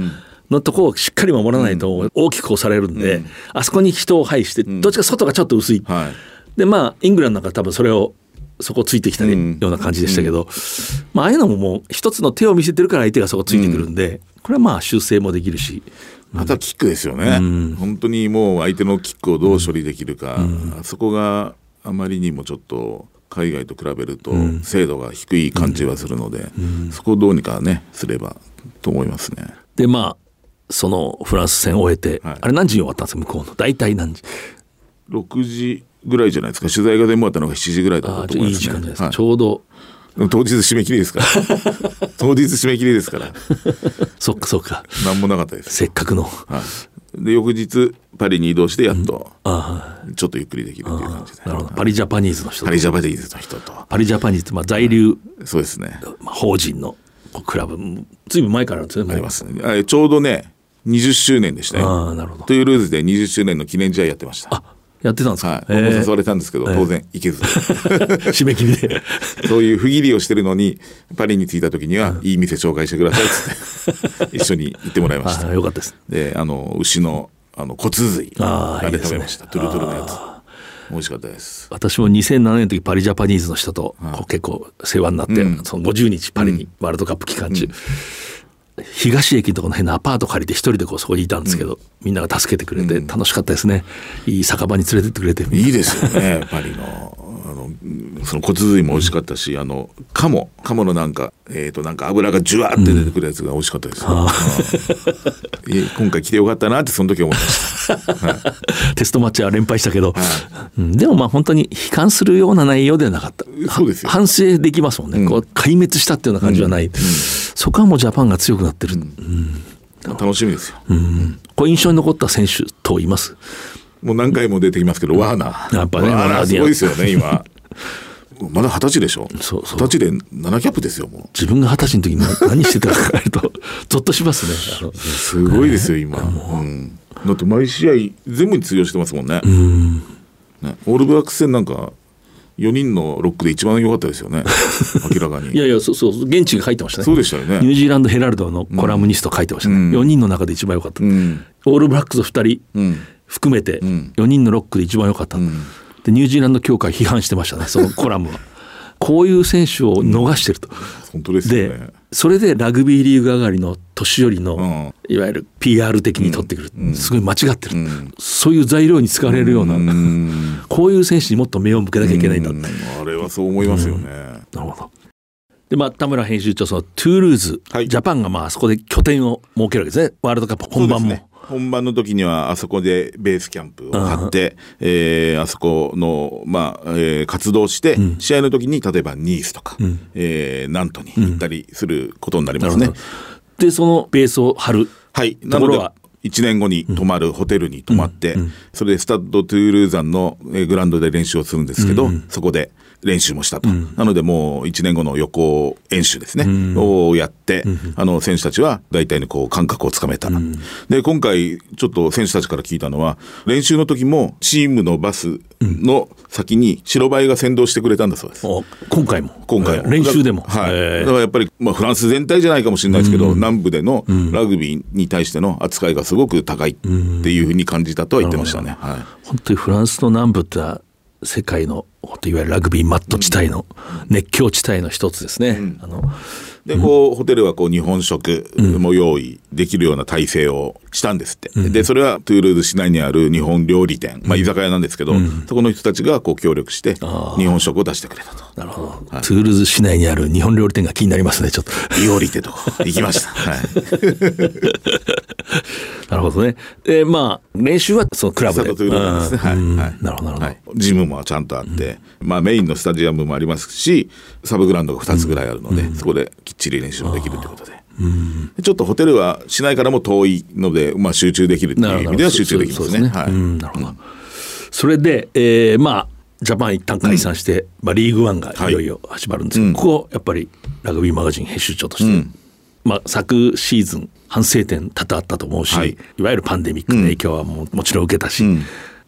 のとこをしっかり守らないと大きく押されるんで、うん、あそこに人を配してどっちか外がちょっと薄い、うん、はい、でまあイングランドなんか多分それをそこついてきたような感じでしたけど、うん、まあああいうのももう一つの手を見せてるから相手がそこついてくるんで、うん、これはまあ修正もできるし、 またキックですよね、うん、本当にもう相手のキックをどう処理できるか、うん、そこがあまりにもちょっと海外と比べると精度が低い感じはするので、うんうん、そこをどうにかねすればと思いますね。 でまあそのフランス戦を終えて、はい、あれ何時に終わったんですか向こうの大体何時？ ろくじぐらいじゃないですか。取材が全部終わったのがしちじぐらいだったと思いますね。いい時間じゃないですか、はい、ちょうど当日締め切りですから当日締め切りですからそっかそっか、 何もなかったです。 せっかくの、 はい、で翌日パリに移動してやっと、うん、あちょっとゆっくりできるっていう感じで、 なるほど、パリジャパニーズの人とパリジャパニーズの人とパリジャパニーズってまあ在留、 うん、そうですね、 まあ、法人のクラブずいぶん前からなんですね。 ありますね。あちょうどねにじゅっしゅうねんでしたよ。 あなるほど。 トゥールーズでにじゅっしゅうねんの記念試合やってました。 あやってたんですか。 はい、僕も誘われたんですけど、えー、当然行けず締め切りでそういう不義理をしてるのにパリに着いた時には、うん、いい店紹介してくださいっつって一緒に行ってもらいました。 あよかったです。 であの牛のあの骨髄あれ食べました。いいね、トゥルトゥルのやつ美味しかったです。 私もにせんななねんの時パリジャパニーズの人とこう結構世話になって、うん、そのごじゅうにちパリにワールドカップ期間中、うん東駅のところの変なアパート借りて一人でこうそこにいたんですけど、うん、みんなが助けてくれて楽しかったですね、うん、いい酒場に連れてってくれていいですよねパリのあのその骨髄も美味しかったし、うん、あの鴨鴨のなんかえっ、ー、となんか油がジュワーって出てくるやつが美味しかったです、うん、今回来てよかったなってその時思いました、はい、 テストマッチは連敗したけど、はい、うん、でもまあ本当に悲観するような内容ではなかった。 そうですよ、 反省できますもんね、うん、こう壊滅したっていうような感じはない、うんうん、そこはもうジャパンが強くなってる、うんうん、楽しみですよ、 うん、こう印象に残った選手と言います？ もう何回も出てきますけど、うん、ワーナー、 やっぱね、 ワーナーすごいですよね今まだ二十歳でしょ。 そうそう、 二十歳でななキャップですよ。もう自分が二十歳の時に何してたか考えるとゾッとしますねすごいですよ今、うん、だって毎試合全部に通用してますもんね、 うんね、オールブラックス戦なんかよにんのロックで一番良かったですよね明らかにいやいやそうそう現地が書いてましたね。 そうでしたよね。 ニュージーランドヘラルドのコラムニスト書いてましたね、うん、よにんの中で一番良かった、うん、オールブラックスふたり含めてよにんのロックで一番良かった、うん、でニュージーランド協会批判してましたねそのコラムはこういう選手を逃してると、うん、 本当ですよね。 でそれでラグビーリーグ上がりの年寄りの、うん、いわゆる ピーアール 的に取ってくる、うん、すごい間違ってる、うん、そういう材料に使われるような、うん、こういう選手にもっと目を向けなきゃいけないんだって、 うん、あれはそう思いますよね、うん、 なるほど。でまあ、田村編集長そのトゥールーズ、はい、ジャパンがまああそこで拠点を設けるわけですね。ワールドカップ本番も本番の時にはあそこでベースキャンプを張って、えー、あそこの、まあえー、活動して、うん、試合の時に例えばニースとか、うんえー、ナントに行ったりすることになりますね、うん、 でそのベースを張るところは、 いちねんごに泊まるホテルに泊まって、うんうん、それでスタッド・トゥールーザンのグラウンドで練習をするんですけど、うん、そこで練習もしたと、うん、なのでもういちねんごの予行演習ですね、うん、をやって、うん、あの選手たちは大体のこう感覚をつかめた、うん、で今回ちょっと選手たちから聞いたのは練習の時もチームのバスの先に白バイが先導してくれたんだそうです、 うん、今回も今回も練習でもだ、はい、だからやっぱり、まあ、フランス全体じゃないかもしれないですけど、うん、南部でのラグビーに対しての扱いがすごく高いっていうふうに感じたとは言ってましたね、うんはい、 本当にフランスの南部って世界のいわゆるラグビーマット地帯の熱狂地帯の一つですね、うん、あのでこう、うん、ホテルはこう日本食も用意できるような体制をしたんですって、うん、でそれはトゥールーズ市内にある日本料理店、まあ、居酒屋なんですけど、うん、そこの人たちがこう協力して日本食を出してくれたと。 なるほど、はい、トゥールーズ市内にある日本料理店が気になりますね。ちょっと料理店と行きました、はい、 なるほどね。でまあ練習はそのクラブで、 スタッドトゥールーズですね、はい、はい、 なるほどなるほど、はい、 ジムもちゃんとあって、うんまあ、メインのスタジアムもありますしサブグラウンドがふたつぐらいあるので、うん、そこできっちり練習もできるということで、うん、ちょっとホテルは市内からも遠いので、まあ、集中できるっていう意味では集中できますね。はい、うん、なるほど、うん、 それで、えー、まあジャパン一旦解散して、うんまあ、リーグワンがいよいよ始まるんですけど、はい、ここやっぱりラグビーマガジン編集長として、うんまあ、昨シーズン反省点多々あったと思うし、はい、いわゆるパンデミックの影響はも, もちろん受けたし、うん、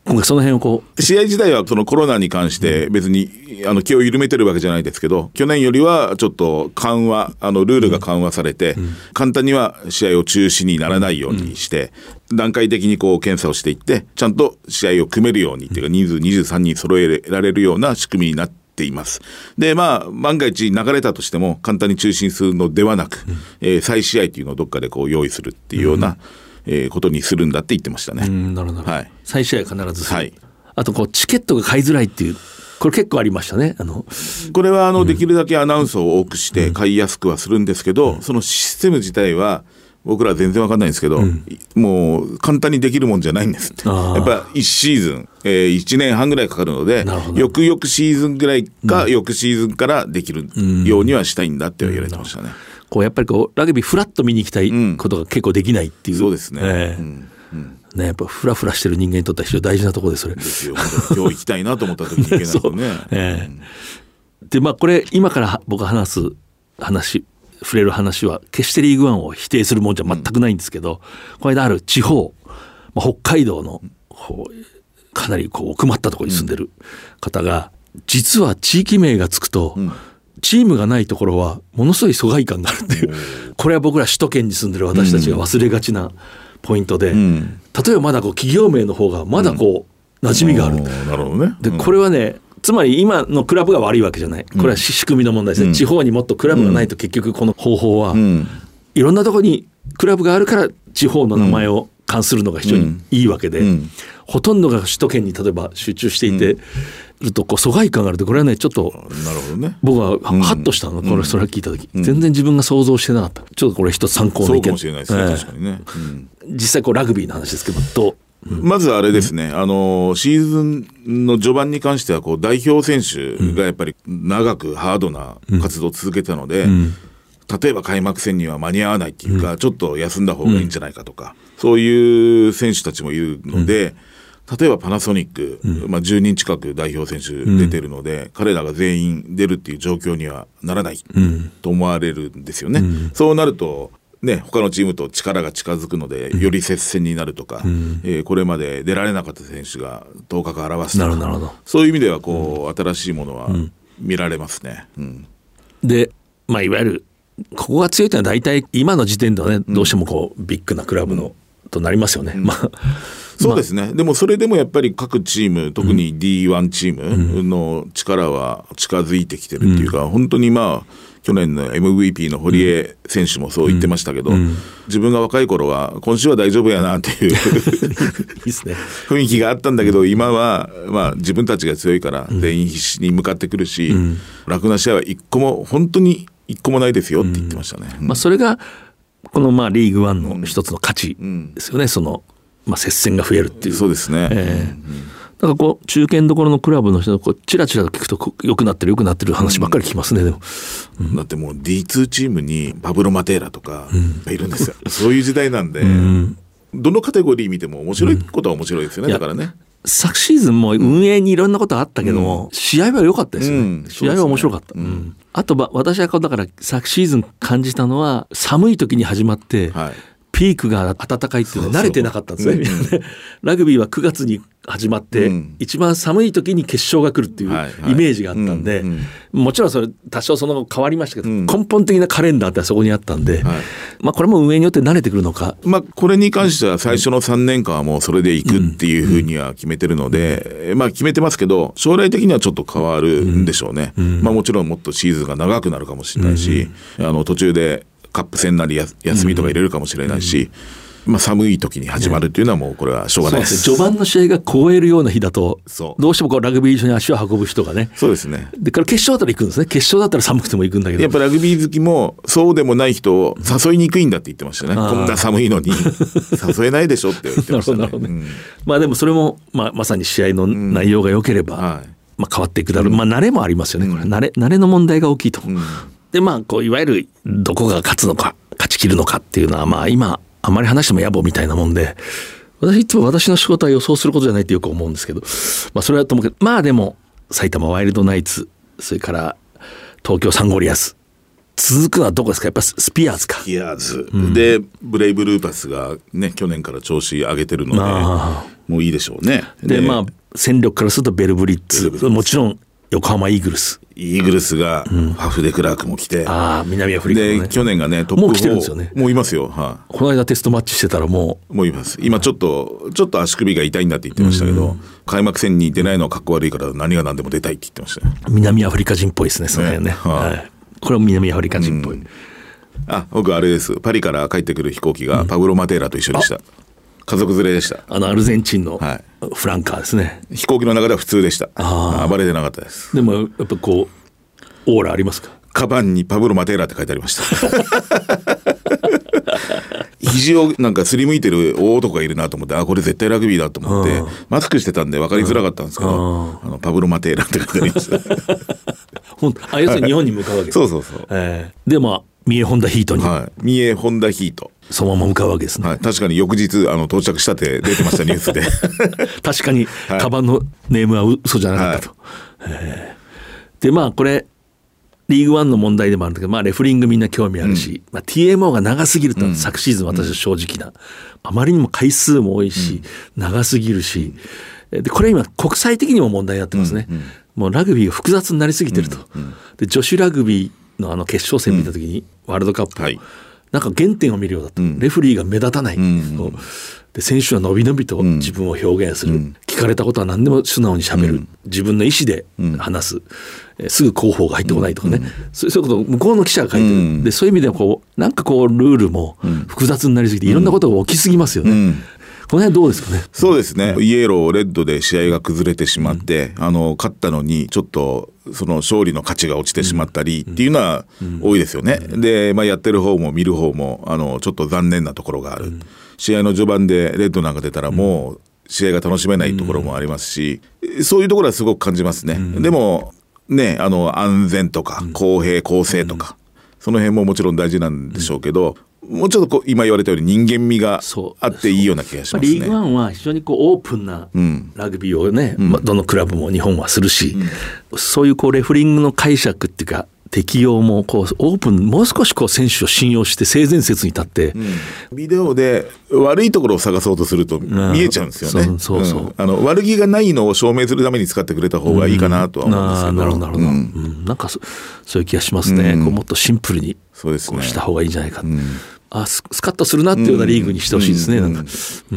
今回その辺をこう試合自体はそのコロナに関して別にあの気を緩めてるわけじゃないですけど、去年よりはちょっと緩和、あのルールが緩和されて、うん、簡単には試合を中止にならないようにして、うん、段階的にこう検査をしていってちゃんと試合を組めるようにっていうか、人数にじゅうさんにん揃えられるような仕組みになっています。でまあ万が一流れたとしても簡単に中止にするのではなく、うん、えー、再試合っていうのをどっかでこう用意するっていうような、うん、えー、ことにするんだって言ってましたね。 うん、なるほど、はい、再試合必ずする、はい、あとこうチケットが買いづらいっていう、これ結構ありましたね。あのこれはあのできるだけアナウンスを多くして買いやすくはするんですけど、うん、そのシステム自体は僕らは全然わかんないんですけど、うん、もう簡単にできるもんじゃないんですって。やっぱいちシーズン、えー、いちねんはんぐらいかかるので、翌々シーズンぐらいか、うん、翌シーズンからできるようにはしたいんだって言われてましたね。うんうん、 こうやっぱりこうラグビーフラッと見に行きたいことが結構できないっていう、 うん、そうですね、えーうんうんね、やっぱフラフラしてる人間にとっては非常に大事なところです。それですよ。今日行きたいなと思った時に行けないとね。 えー、でまあこれ今から僕が話す話触れる話は決してリーグワンを否定するもんじゃ全くないんですけど、うん、この間ある地方、まあ、北海道のかなりこう奥まったところに住んでる方が、うん、実は地域名がつくと、うん、チームがないところはものすごい疎外感があるっていう、うん、これは僕ら首都圏に住んでる私たちが忘れがちなポイントで、うん、例えばまだこう企業名の方がまだこう馴染みがある、うん、 なるほどね、 でこれはね、つまり今のクラブが悪いわけじゃない、これは仕組みの問題ですね、うん、地方にもっとクラブがないと結局この方法は、うん、いろんなところにクラブがあるから地方の名前を冠するのが非常にいいわけで、うんうん、ほとんどが首都圏に例えば集中していて、うん、るとこう疎外感があると、これはねちょっとなるほど、ね、 僕はハッとしたの、うん、これそれ聞いた時、うん、全然自分が想像してなかった。ちょっとこれ一つ参考の意見。 そうかもしれないですね、えー、確かにね、うん、 実際こうラグビーの話ですけどどう、 まずあれですね、あのシーズンの序盤に関してはこう代表選手がやっぱり長くハードな活動を続けたので、うん、例えば開幕戦には間に合わないっていうか、うん、ちょっと休んだ方がいいんじゃないかとか、うん、そういう選手たちもいるので、うん、例えばパナソニック、うん、まあ、じゅうにん近く代表選手出てるので、うん、彼らが全員出るっていう状況にはならないと思われるんですよね、うん、そうなるとね、他のチームと力が近づくのでより接戦になるとか、うん、えー、これまで出られなかった選手が頭角を現すとか、そういう意味ではこう、うん、新しいものは見られますね、うん、 で、まあ、いわゆるここが強いというのは大体今の時点ではね、どうしてもこうビッグなクラブの、うん、となりますよね、うん、まあそうですね、まあ、でもそれでもやっぱり各チーム、特に ディーワン チームの力は近づいてきてるっていうか、うん、本当にまあ去年の エムブイピー の堀江選手もそう言ってましたけど、うんうん、自分が若い頃は今週は大丈夫やなっていう雰囲気があったんだけど、今はまあ自分たちが強いから全員必死に向かってくるし、うん、楽な試合は一個も本当に一個もないですよって言ってましたね、 うん、まあ、それがこのまあリーグワンの一つの価値ですよね、そのまあ接戦が増えるっていう。 そうですね、 えーうんだからこう中堅どころのクラブの人がこうチラチラと聞くと良くなってる良くなってる話ばっかり聞きますね、うん、でも、 うん、だってもう ディーツー チームにパブロ・マテーラとかがいるんですよ、うん、そういう時代なんで、うん、どのカテゴリー見ても面白いことは面白いですよね、うん、だからね昨シーズンも運営にいろんなことあったけども、うん、試合は良かったですよね、うん、試合は面白かった、うんうん、あとば私はだから昨シーズン感じたのは寒い時に始まって、はい、ピークが暖かいっていうのは慣れてなかったんですね。そうそう、うん、ラグビーはくがつに始まって、うん、一番寒い時に決勝が来るっていうイメージがあったんで、はいはい、うん、もちろんそれ多少その後変わりましたけど、うん、根本的なカレンダーってそこにあったんで、はい、まあ、これも運営によって慣れてくるのか、 まあ、これに関しては最初のさんねんかんはもうそれでいくっていうふうには決めてるので、うん、まあ、決めてますけど将来的にはちょっと変わるんでしょうね、うん、まあ、もちろんもっとシーズンが長くなるかもしれないし、うん、あの途中でカップ戦なりや休みとか入れるかもしれないし、うん、まあ、寒い時に始まるっていうのはもうこれはしょうがないです。 序盤の試合が超えるような日だとどうしてもこうラグビー場に足を運ぶ人がね、 そうですね、 でから決勝だったら行くんですね。決勝だったら寒くても行くんだけど、 やっぱラグビー好きもそうでもない人を誘いにくいんだって言ってましたね。こんな寒いのに誘えないでしょって言ってましたね。なるほどね、うん、まあでもそれも、まあ、まさに試合の内容が良ければ、うん、はい、まあ、変わっていくだろう、うん、まあ慣れもありますよね、これ慣れ、慣れの問題が大きいと、うん、でまあこういわゆるどこが勝つのか勝ち切るのかっていうのは、まあ今あまり話しても野暮みたいなもんで、私いつも私の仕事は予想することじゃないってよく思うんですけど、まあそれはともかく、まあでも埼玉ワイルドナイツ、それから東京サンゴリアス、 続くのはどこですか？やっぱスピアーズか。 スピアーズ、うん、でブレイブルーパスがね去年から調子上げてるのでもういいでしょうね。 でまあ戦力からするとベルブリッツ、もちろん横浜イーグルスイーグルスがファフ・デクラークも来て、 うん、あ南アフリカのね、 で去年がねトップフォーもう来てるんですよね。 もういますよ、はい、この間テストマッチしてたらもうもういます。今ちょっとちょっと足首が痛いんだって言ってましたけど、うん、開幕戦に出ないのはかっこ悪いから何が何でも出たいって言ってましたね。 南アフリカ人っぽいですねその辺ね、ははい、これは南アフリカ人っぽい、うん、 あ僕あれです、パリから帰ってくる飛行機がパブロ・マテーラと一緒でした、うん、家族連れでした。 あのアルゼンチンのフランカーですね、 はい、飛行機の中では普通でした。あ暴れてなかったです。 でもやっぱこうオーラありますか？ カバンにパブロ・マテーラって書いてありました肘をなんかすりむいてる大男がいるなと思って、あこれ絶対ラグビーだと思ってマスクしてたんで分かりづらかったんですけど、あのパブロ・マテーラって書いてありましたほんあ要するに日本に向かうわけですそうそうそう、 えー、でまあ三重ホンダヒートに、 はい、三重ホンダヒートそのまま向かうわけですね、 はい、確かに翌日あの到着したって出てましたニュースで確かに、はい、カバンのネームは嘘じゃなかったと、はいえー、でまあこれリーグワンの問題でもあるんだけど、まあ、レフリングみんな興味あるし、うんまあ、ティーエムオー が長すぎると、うん、昨シーズン私は正直な、うん、あまりにも回数も多いし、うん、長すぎるしでこれ今国際的にも問題になってますね、うんうん、もうラグビーが複雑になりすぎてると、うんうん、で女子ラグビーのあの決勝戦見た時に、うん、ワールドカップ、はい、なんか原点を見るようだと、うん、レフリーが目立たない、うんうん、で選手はのびのびと自分を表現する、うん、聞かれたことは何でも素直にしゃべる、うん、自分の意思で話す、うんえー、すぐ広報が入ってこないとかね、うん、そういうことを向こうの記者が書いてる、うん、でそういう意味ではこうなんかこうルールも複雑になりすぎていろんなことが起きすぎますよね、うんうん、この辺どうですかね。 そうですね、イエローレッドで試合が崩れてしまって、うん、あの勝ったのにちょっとその勝利の価値が落ちてしまったりっていうのは多いですよね、うんで、まあ、やってる方も見る方もあのちょっと残念なところがある、うん、試合の序盤でレッドなんか出たらもう試合が楽しめないところもありますし、うん、そういうところはすごく感じますね、うん、でもねあの安全とか公平公正とか、うん、その辺ももちろん大事なんでしょうけど、もうちょっとこう今言われたように人間味があっていいような気がしますね。 リーグワンは非常にこうオープンなラグビーをね、うんまあ、どのクラブも日本はするし、うん、そういうこうレフリングの解釈っていうか適用もこうオープン、もう少しこう選手を信用して性善説に立って、うん、 ビデオで悪いところを探そうとすると見えちゃうんですよね。 そうそうそう、 うん、あの悪気がないのを証明するために使ってくれた方がいいかなとは思うんですけど、うん、なるほどなるほど、うん、 なんか そ, そういう気がしますね、うん、こうもっとシンプルにこうした方がいいんじゃないか、うん、あ ス, スカッとするなっていうようなリーグにしてほしいですね、うんなんかうん、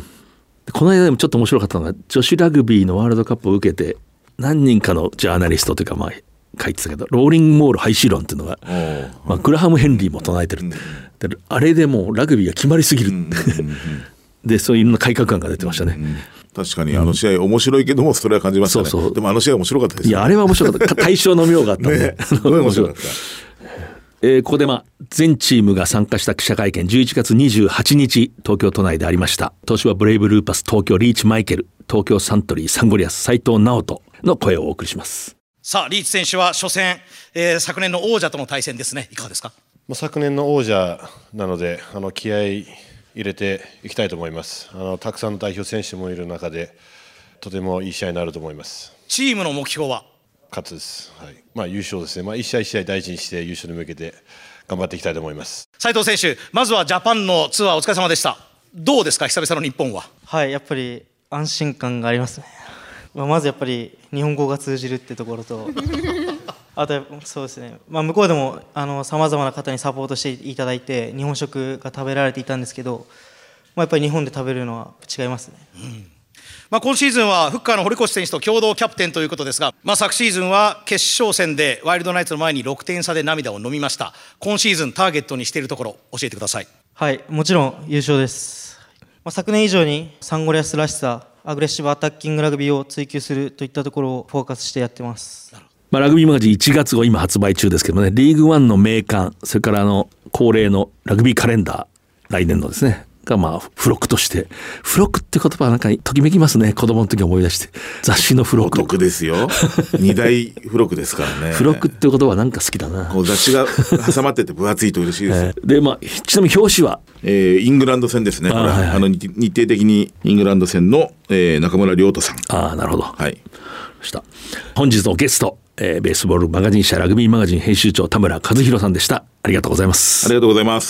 この間でもちょっと面白かったのが女子ラグビーのワールドカップを受けて何人かのジャーナリストというかまあ書いてたけどローリングモール廃止論っていうのが、まあ、グラハム・ヘンリーも唱えてる、うん、であれでもうラグビーが決まりすぎる、うん、でそういう改革案が出てましたね、うん、 確かにあの試合面白いけどもそれは感じましたね、うん、そうそうでもあの試合面白かったです、ね、 いやあれは面白かった対象の妙があったんで、ね、 すごい面白かったえー、ここでまあ全チームが参加した記者会見じゅういちがつにじゅうはちにち東京都内でありました。東芝ブレイブルーパス東京リーチマイケル、東京サントリーサンゴリアス斉藤直人の声をお送りします。 さあリーチ選手は初戦、えー、昨年の王者との対戦ですね、いかがですか。 昨年の王者なのであの気合い入れていきたいと思います。あのたくさんの代表選手もいる中でとてもいい試合になると思います。 チームの目標は勝つです、はいまあ、優勝ですね、まあ、一試合一試合大事にして優勝に向けて頑張っていきたいと思います。 斉藤選手、まずはジャパンのツアーお疲れ様でした。どうですか久々の日本は。 はい、やっぱり安心感がありますね、まあ、まずやっぱり日本語が通じるってところとあとそうですね、まあ、向こうでもさまざまな方にサポートしていただいて日本食が食べられていたんですけど、まあ、やっぱり日本で食べるのは違いますね、うんまあ、今シーズンはフッカーの堀越選手と共同キャプテンということですが、まあ、昨シーズンは決勝戦でワイルドナイツの前にろくてん差で涙を飲みました。今シーズンターゲットにしているところ教えてください。 はい、もちろん優勝です、まあ、昨年以上にサンゴリアスらしさ、アグレッシブアタッキングラグビーを追求するといったところをフォーカスしてやってます。 まあ、ラグビーマガジンいちがつ号今発売中ですけどね、リーグワンの名鑑、それからあの恒例のラグビーカレンダー、来年のですねがまあ付録として、付録って言葉はなんかときめきますね。子供の時思い出して雑誌の付録お得ですよに大付録ですからね付録って言葉はなんか好きだな。 こう雑誌が挟まってて分厚いと嬉しいです、えー、でまあちなみに表紙は、 えー、イングランド戦ですね。あ、はいはい、あの日程的にイングランド戦の、えー、中村亮土さん。 ああなるほど、 はい、 した本日のゲストえー、ベースボールマガジン社ラグビーマガジン編集長田村和弘さんでした。ありがとうございます。 ありがとうございます。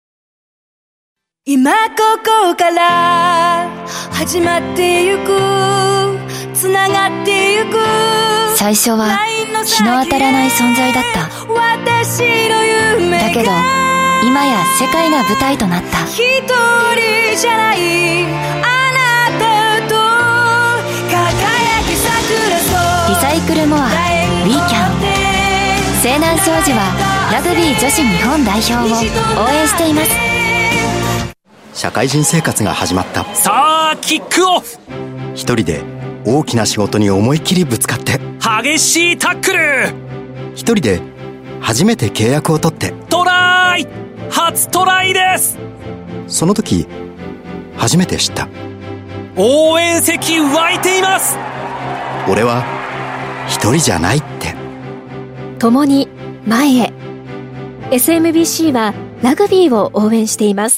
今ここから始まってゆく、つながってゆく。 最初は日の当たらない存在だった。 私の夢がだけど今や世界が舞台となった。 一人じゃないあなたと輝き桜そう。 リサイクルモアウィーキャン。西南商事はラグビー女子日本代表を応援しています。 社会人生活が始まった。 さあキックオフ。 一人で大きな仕事に思いっきりぶつかって、 激しいタックル。 一人で初めて契約を取って、 トライ。初トライです。 その時初めて知った。 応援席湧いています。 俺は一人じゃないって。 共に前へ。 エスエムビーシー はラグビーを応援しています。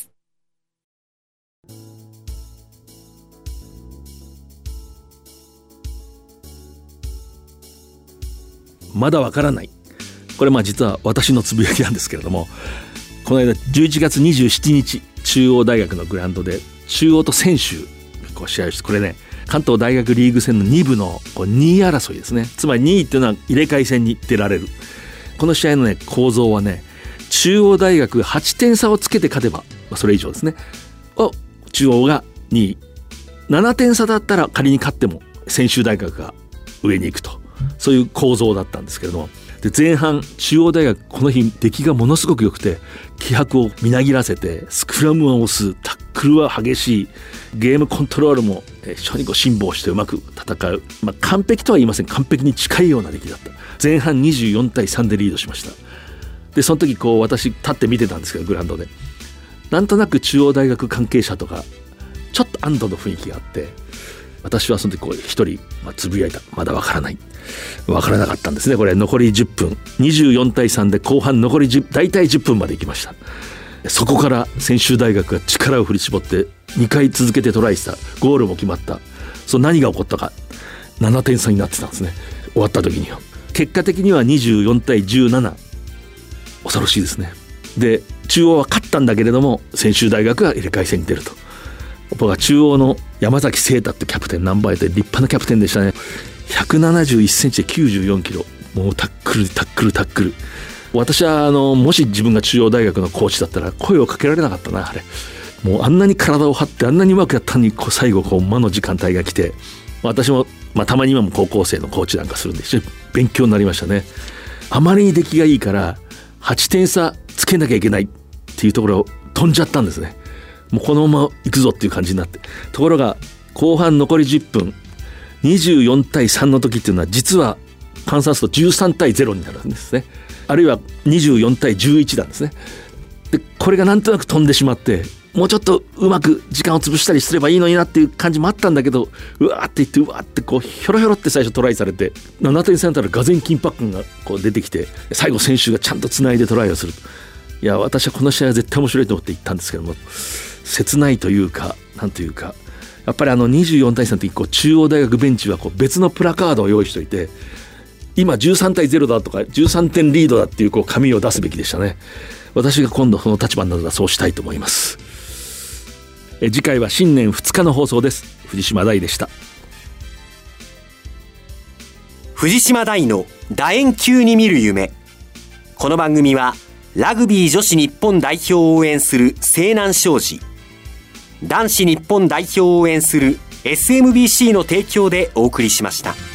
まだわからない。これまあ実は私のつぶやきなんですけれども、この間じゅういちがつにじゅうしちにち中央大学のグラウンドで中央と専修こう試合をして、これね関東大学リーグ戦のに部のこうにい争いですね。つまりにいっていうのは入れ替え戦に出られる。この試合のね構造はね、中央大学がはちてん差をつけて勝てば、まあ、それ以上ですねを中央がにい、ななてん差だったら仮に勝っても専修大学が上に行くと、そういう構造だったんですけれども、で前半中央大学この日出来がものすごく良くて、気迫をみなぎらせてスクラムは押す、タックルは激しい、ゲームコントロールも非常にこう辛抱してうまく戦う、まあ、完璧とは言いません。完璧に近いような出来だった。前半にじゅうよんたいさんでリードしました。でその時こう私立って見てたんですけど、グラウンドでなんとなく中央大学関係者とかちょっと安堵の雰囲気があって、私はその時こう一人、まあ、つぶやいた。まだわからない。わからなかったんですね。これ残りじゅっぷん、にじゅうよんたいさんで後半残りじゅう大体じゅっぷんまで行きました。そこから専修大学が力を振り絞ってにかい続けてトライした。ゴールも決まった。その何が起こったか、ななてん差になってたんですね。終わった時には結果的にはにじゅうよんたいじゅうなな、恐ろしいですね。で中央は勝ったんだけれども専修大学が入れ替え戦に出ると。僕は中央の山崎聖太ってキャプテン、ナンバーエイトで立派なキャプテンでしたね。ひゃくななじゅういっセンチできゅうじゅうよんキロ、もうタックルタックルタックル。私はあのもし自分が中央大学のコーチだったら声をかけられなかったな。あれもうあんなに体を張ってあんなにうまくやったのに、こう最後こう魔の時間帯が来て、私も、まあ、たまに今も高校生のコーチなんかするんで一緒に勉強になりましたね。あまりに出来がいいからはちてん差つけなきゃいけないっていうところを飛んじゃったんですね。もうこのまま行くぞっていう感じになって、ところが後半残りじゅっぷん、にじゅうよんたいさんの時っていうのは実は換算するとじゅうさんたいゼロになるんですね。あるいはにじゅうよんたいじゅういちなんですね。でこれがなんとなく飛んでしまって、もうちょっとうまく時間を潰したりすればいいのになっていう感じもあったんだけど、うわーって言ってうわーってこうひょろひょろって最初トライされて、ななてん差になったらがぜん緊迫感がこう出てきて、最後選手がちゃんとつないでトライをする。いや私はこの試合は絶対面白いと思って行ったんですけども、切ないというかなんというか、やっぱりあのにじゅうよんたいさんの時こう中央大学ベンチはこう別のプラカードを用意しておいて、今じゅうさんたいゼロだとかじゅうさんてんリードだっていうこう紙を出すべきでしたね。私が今度その立場になるのはそうしたいと思います。え次回は新年ふつかの放送です。藤島大でした。 藤島大の楕円球に見る夢。この番組はラグビー女子日本代表を応援する西南商事、男子日本代表を応援する エスエムビーシー の提供でお送りしました。